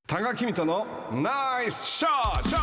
多賀公人のナイスショット。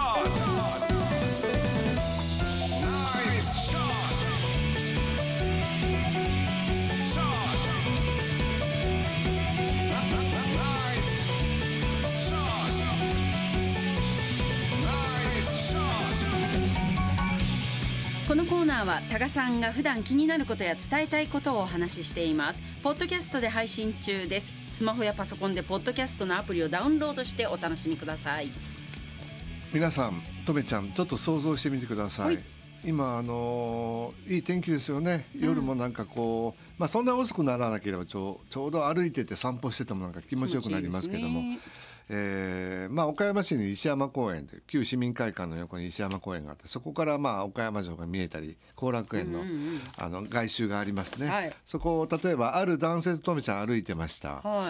このコーナーは多賀さんが普段気になることや伝えたいことをお話ししています。ポッドキャストで配信中です。スマホやパソコンでポッドキャストのアプリをダウンロードしてお楽しみください。 皆さん、とめちゃんちょっと想像してみてください、 はい、 今いい天気ですよね。夜もなんかこう、そんな遅くならなければちょうど歩いてて散歩しててもなんか気持ちよくなりますけども、岡山市に石山公園で旧市民会館の横に石山公園があって、そこから岡山城が見えたり後楽園の、外周がありますね、はい、そこを例えばある男性ととめちゃん歩いてました、はい、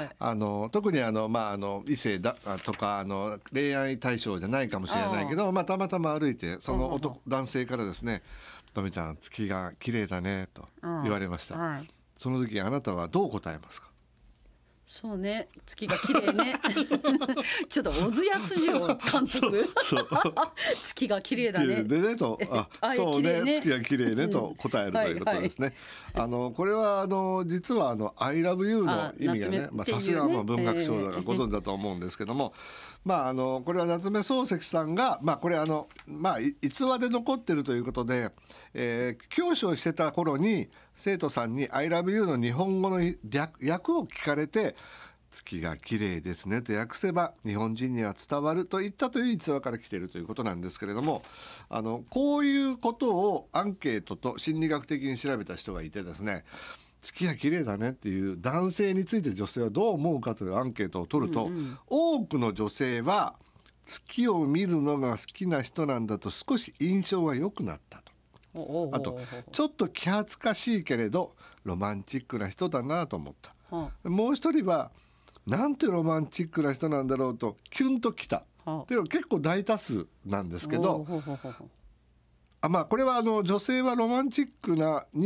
特に異性だとか恋愛対象じゃないかもしれないけど、たまたま歩いてその男性からですね、とめちゃん月が綺麗だねと言われました、はい、その時あなたはどう答えますか？ そうね、月が綺麗ねちょっと小津安二監督月が綺麗だねでねとそうね、月が綺麗ねと答えるということですね、これは実はI love you の意味がね、さすが文学賞だからご存知だと思うんですけども、これは夏目漱石さんが、これ逸話で残ってるということで、教師をしてた頃に生徒さんに I love you の日本語の訳を聞かれて、月が綺麗ですねと訳せば日本人には伝わるといったという逸話から来ているということなんですけれども、こういうことをアンケートと心理学的に調べた人がいてですね、月が綺麗だねっていう男性について女性はどう思うかというアンケートを取ると、多くの女性は月を見るのが好きな人なんだと少し印象が良くなったと。あとちょっと気恥ずかしいけれどロマンチックな人だなと思った。もう一人はなんてロマンチックな人なんだろうとキュンときたっていうのは結構大多数なんですけど、これは女性はロマンチック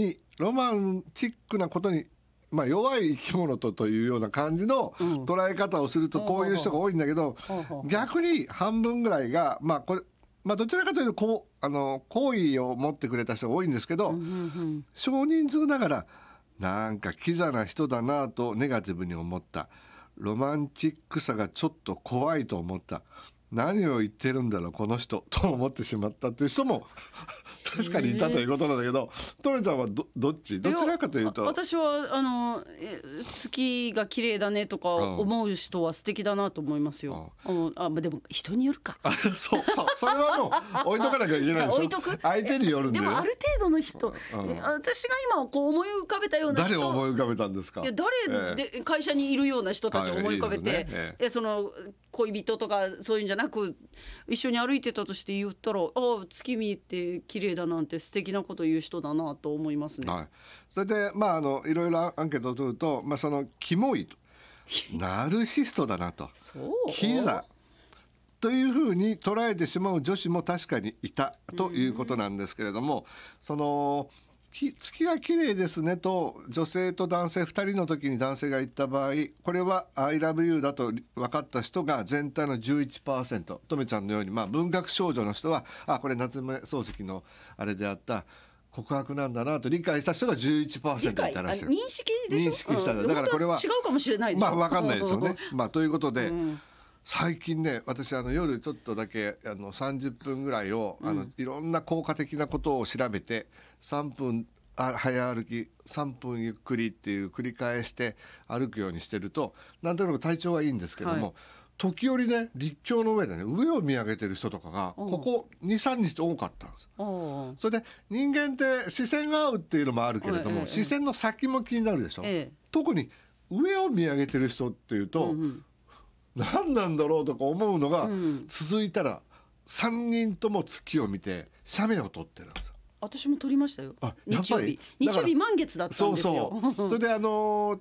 なことに、弱い生き物というような感じの捉え方をするとこういう人が多いんだけど、逆に半分ぐらいがどちらかというと好意を持ってくれた人が多いんですけど、少人数ながらなんかキザな人だなとネガティブに思った、ロマンチックさがちょっと怖いと思った、何を言ってるんだろうこの人と思ってしまったという人も確かにいたということなんだけど、とめちゃんはどちらかというと。 私は月が綺麗だねとか思う人は素敵だなと思いますよ。でも人によるかそうそれはもう置いとかなきゃいけないですよ。 置いとく、 相手によるんで、 でもある程度の人、私が今こう思い浮かべたような人、 誰を思い浮かべたんですか？ 誰で会社にいるような人たちを思い浮かべて、その恋人とかそういうんじゃなく一緒に歩いてたとして言ったら、月見って綺麗だなんて素敵なこと言う人だなと思いますね。 それでいろいろアンケートを取ると、そのキモいナルシストだなとキザというふうに捉えてしまう女子も確かにいたということなんですけれども、その月が綺麗ですねと女性と男性2人の時に男性が言った場合、これは I love you だと分かった人が全体の 11%、 とめちゃんのように文学少女の人はこれ夏目漱石のあれであった告白なんだなと理解した人が 11% いたらしい。 認識でしょ。 認識しただからこれは違うかもしれないでしょ。 分かんないですよねということで、最近ね、私夜ちょっとだけ30分ぐらいをいろんな効果的なことを調べて、3分早歩き3分ゆっくりっていう繰り返して歩くようにしてるとなんとなく体調はいいんですけども、時折ね陸橋の上でね上を見上げてる人とかがここ 2,3 日多かったんです。それで人間って視線が合うっていうのもあるけれども、視線の先も気になるでしょ、特に上を見上げてる人っていうと、何なんだろうとか思うのが続いたら3人とも月を見て写メを撮ってるんですよ。 私も撮りましたよ。日曜日満月だったんですよ。 それで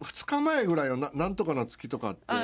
2日前ぐらいのなんとかの月とかって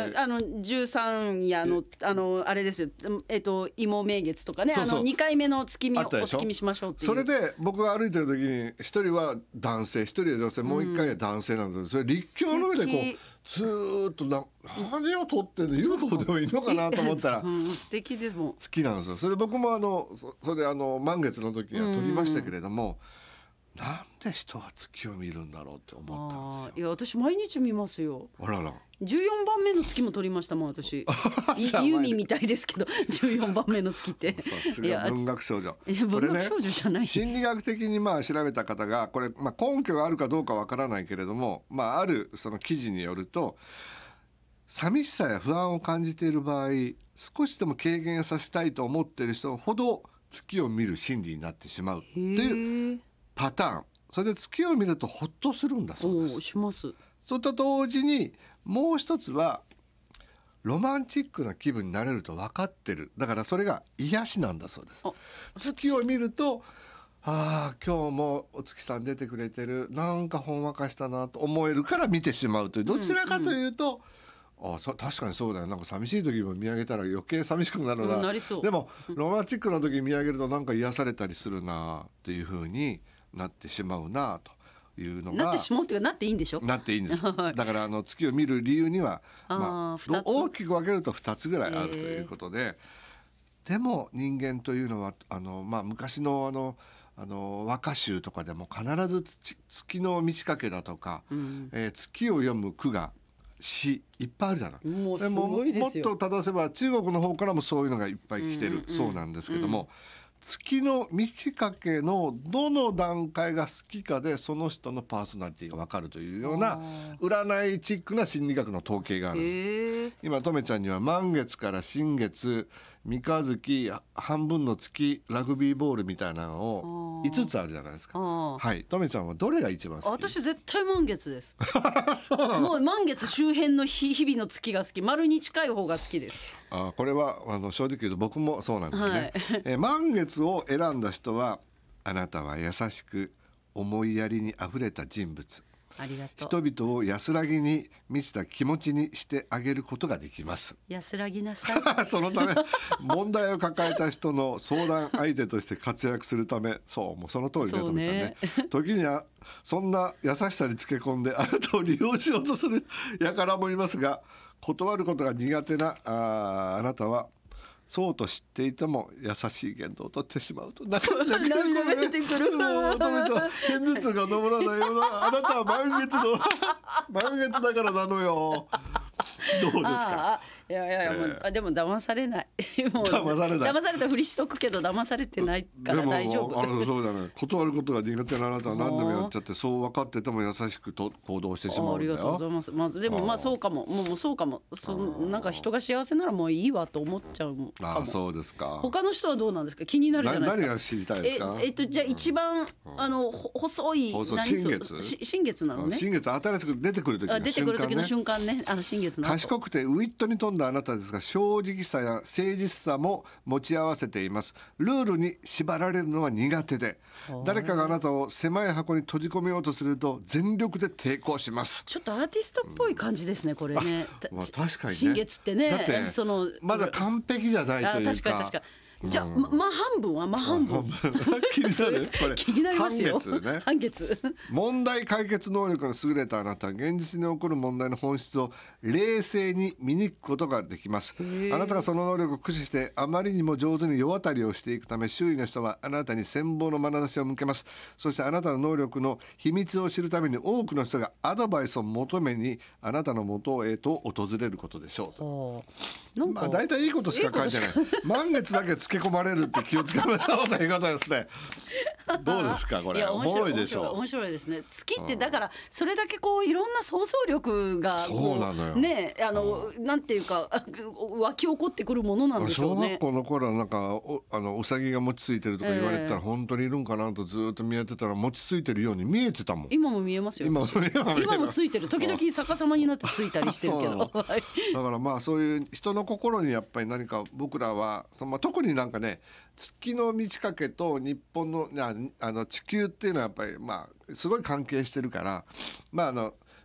13夜の、あれですよ、芋名月とかね、2回目の月見をお月見しましょうっていう。 それで僕が歩いてる時に1人は男性1人は女性もう1回は男性なんですけど、それ立教の上でこうずーっと何を撮ってんの UFO でもいいのかなと思ったら素敵ですもん。 月なんですよ。それで僕もそれで満月の時には撮りましたけれども、なんで人は月を見るんだろうって思ったんですよ。 いや私毎日見ますよ。 あらら。 14番目の月も撮りましたもん私。ユミみたいですけど14番目の月って。 さすが文学少女。 文学少女じゃない。 心理学的に調べた方がこれ根拠があるかどうかわからないけれども、あるその記事によると、寂しさや不安を感じている場合、少しでも軽減させたいと思っている人ほど月を見る心理になってしまうっていうパターン。それで月を見るとホッとするんだそうです。 します。 それと同時にもう一つはロマンチックな気分になれると分かってる。だからそれが癒しなんだそうです。月を見ると今日もお月さん出てくれてる、なんかほんわかしたなと思えるから見てしまうという、どちらかというと、確かにそうだよ、なんか寂しい時も見上げたら余計寂しくなるな、 なりそう。 でもロマンチックな時に見上げるとなんか癒されたりするなっていう風になってしまうなというのが、 なってしまうというかなっていいんでしょ。 なっていいんですだから月を見る理由には、大きく分けると2つぐらいあるということで、でも人間というのは昔の和歌集とかでも必ず月の満ち欠けだとか、月を読む句が詩いっぱいあるじゃない。 もうすごいですよ。 もっと正せば中国の方からもそういうのがいっぱい来てるそうなんですけども、月の満ち欠けのどの段階が好きかでその人のパーソナリティが分かるというような占いチックな心理学の統計がある。今とめちゃんには満月から新月、三日月、半分の月、ラグビーボールみたいなのを5つあるじゃないですか。はい、とめちゃんはどれが一番好き？ 私絶対満月ですもう満月周辺の日々の月が好き、丸に近い方が好きです。 これは正直言うと僕もそうなんですね、満月を選んだ人は、あなたは優しく思いやりにあふれた人物、 ありがとう。 人々を安らぎに満ちた気持ちにしてあげることができます。 安らぎなさいそのため問題を抱えた人の相談相手として活躍するため、もうその通りね、とめちゃんね。時にはそんな優しさにつけ込んであなたを利用しようとする輩もいますが、断ることが苦手なあなたはそうと知っていても優しい言動を取ってしまうと涙が出てくる。もうとめちゃん片頭痛が治らないような、あなたは満月だからなのよ。どうですか？ いやもうでも騙されないもう騙されたふりしとくけど騙されてないから大丈夫。 そうだね、断ることが苦手なあなたは何でもやっちゃって、そう分かってても優しく行動してしまうんだよ。 ありがとうございます。でもそうかも、もうそうかも、なんか人が幸せならもういいわと思っちゃうかも。 そうですか。 他の人はどうなんですか？気になるじゃないですか。 何が知りたいですか？ じゃあ一番細い新月なのね。 新月新しく出てくる時の瞬間ね。 新月の賢くてウィットに富んだあなたですが、正直さや誠実さも持ち合わせています。ルールに縛られるのは苦手で、誰かがあなたを狭い箱に閉じ込めようとすると全力で抵抗します。 ちょっとアーティストっぽい感じですね、これね。 確かにね。 新月ってね、 だってまだ完璧じゃないというか。 確かに。じゃあ半分は半分気になるこれ気になりますよ。半月問題解決能力の優れたあなたは現実に起こる問題の本質を冷静に見抜くことができます。あなたがその能力を駆使してあまりにも上手に世渡りをしていくため、周囲の人はあなたに羨望の眼差しを向けます。そしてあなたの能力の秘密を知るために多くの人がアドバイスを求めにあなたの元へと訪れることでしょうと。だいたいいいことしか書いてない。満月だけつけ込まれるって気をつけましょうということですね。どうですかこれ？面白いでしょう。 面白いですね。月ってだからそれだけこういろんな想像力がそうなのよね、なんていうか湧き起こってくるものなんでしょうね。 小学校の頃なんかうさぎが餅ついてるとか言われてたら、本当にいるんかなとずっと見えてたら餅ついてるように見えてたもん。 今も見えますよ。今もついてる。時々逆さまになってついたりしてるけど。だからそういう人の心にやっぱり何か僕らは特になんかね、月の満ち欠けと日本の地球っていうのはやっぱりすごい関係してるから、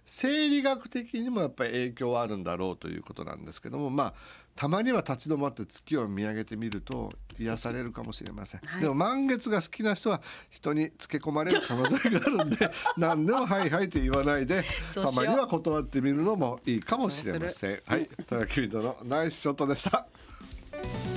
生理学的にもやっぱり影響はあるんだろうということなんですけども、まあたまには立ち止まって月を見上げてみると癒されるかもしれません、はい、でも満月が好きな人は人につけ込まれる可能性があるんで何でもはいはいって言わないでたまには断ってみるのもいいかもしれません。はい、田中君のナイスショットでした。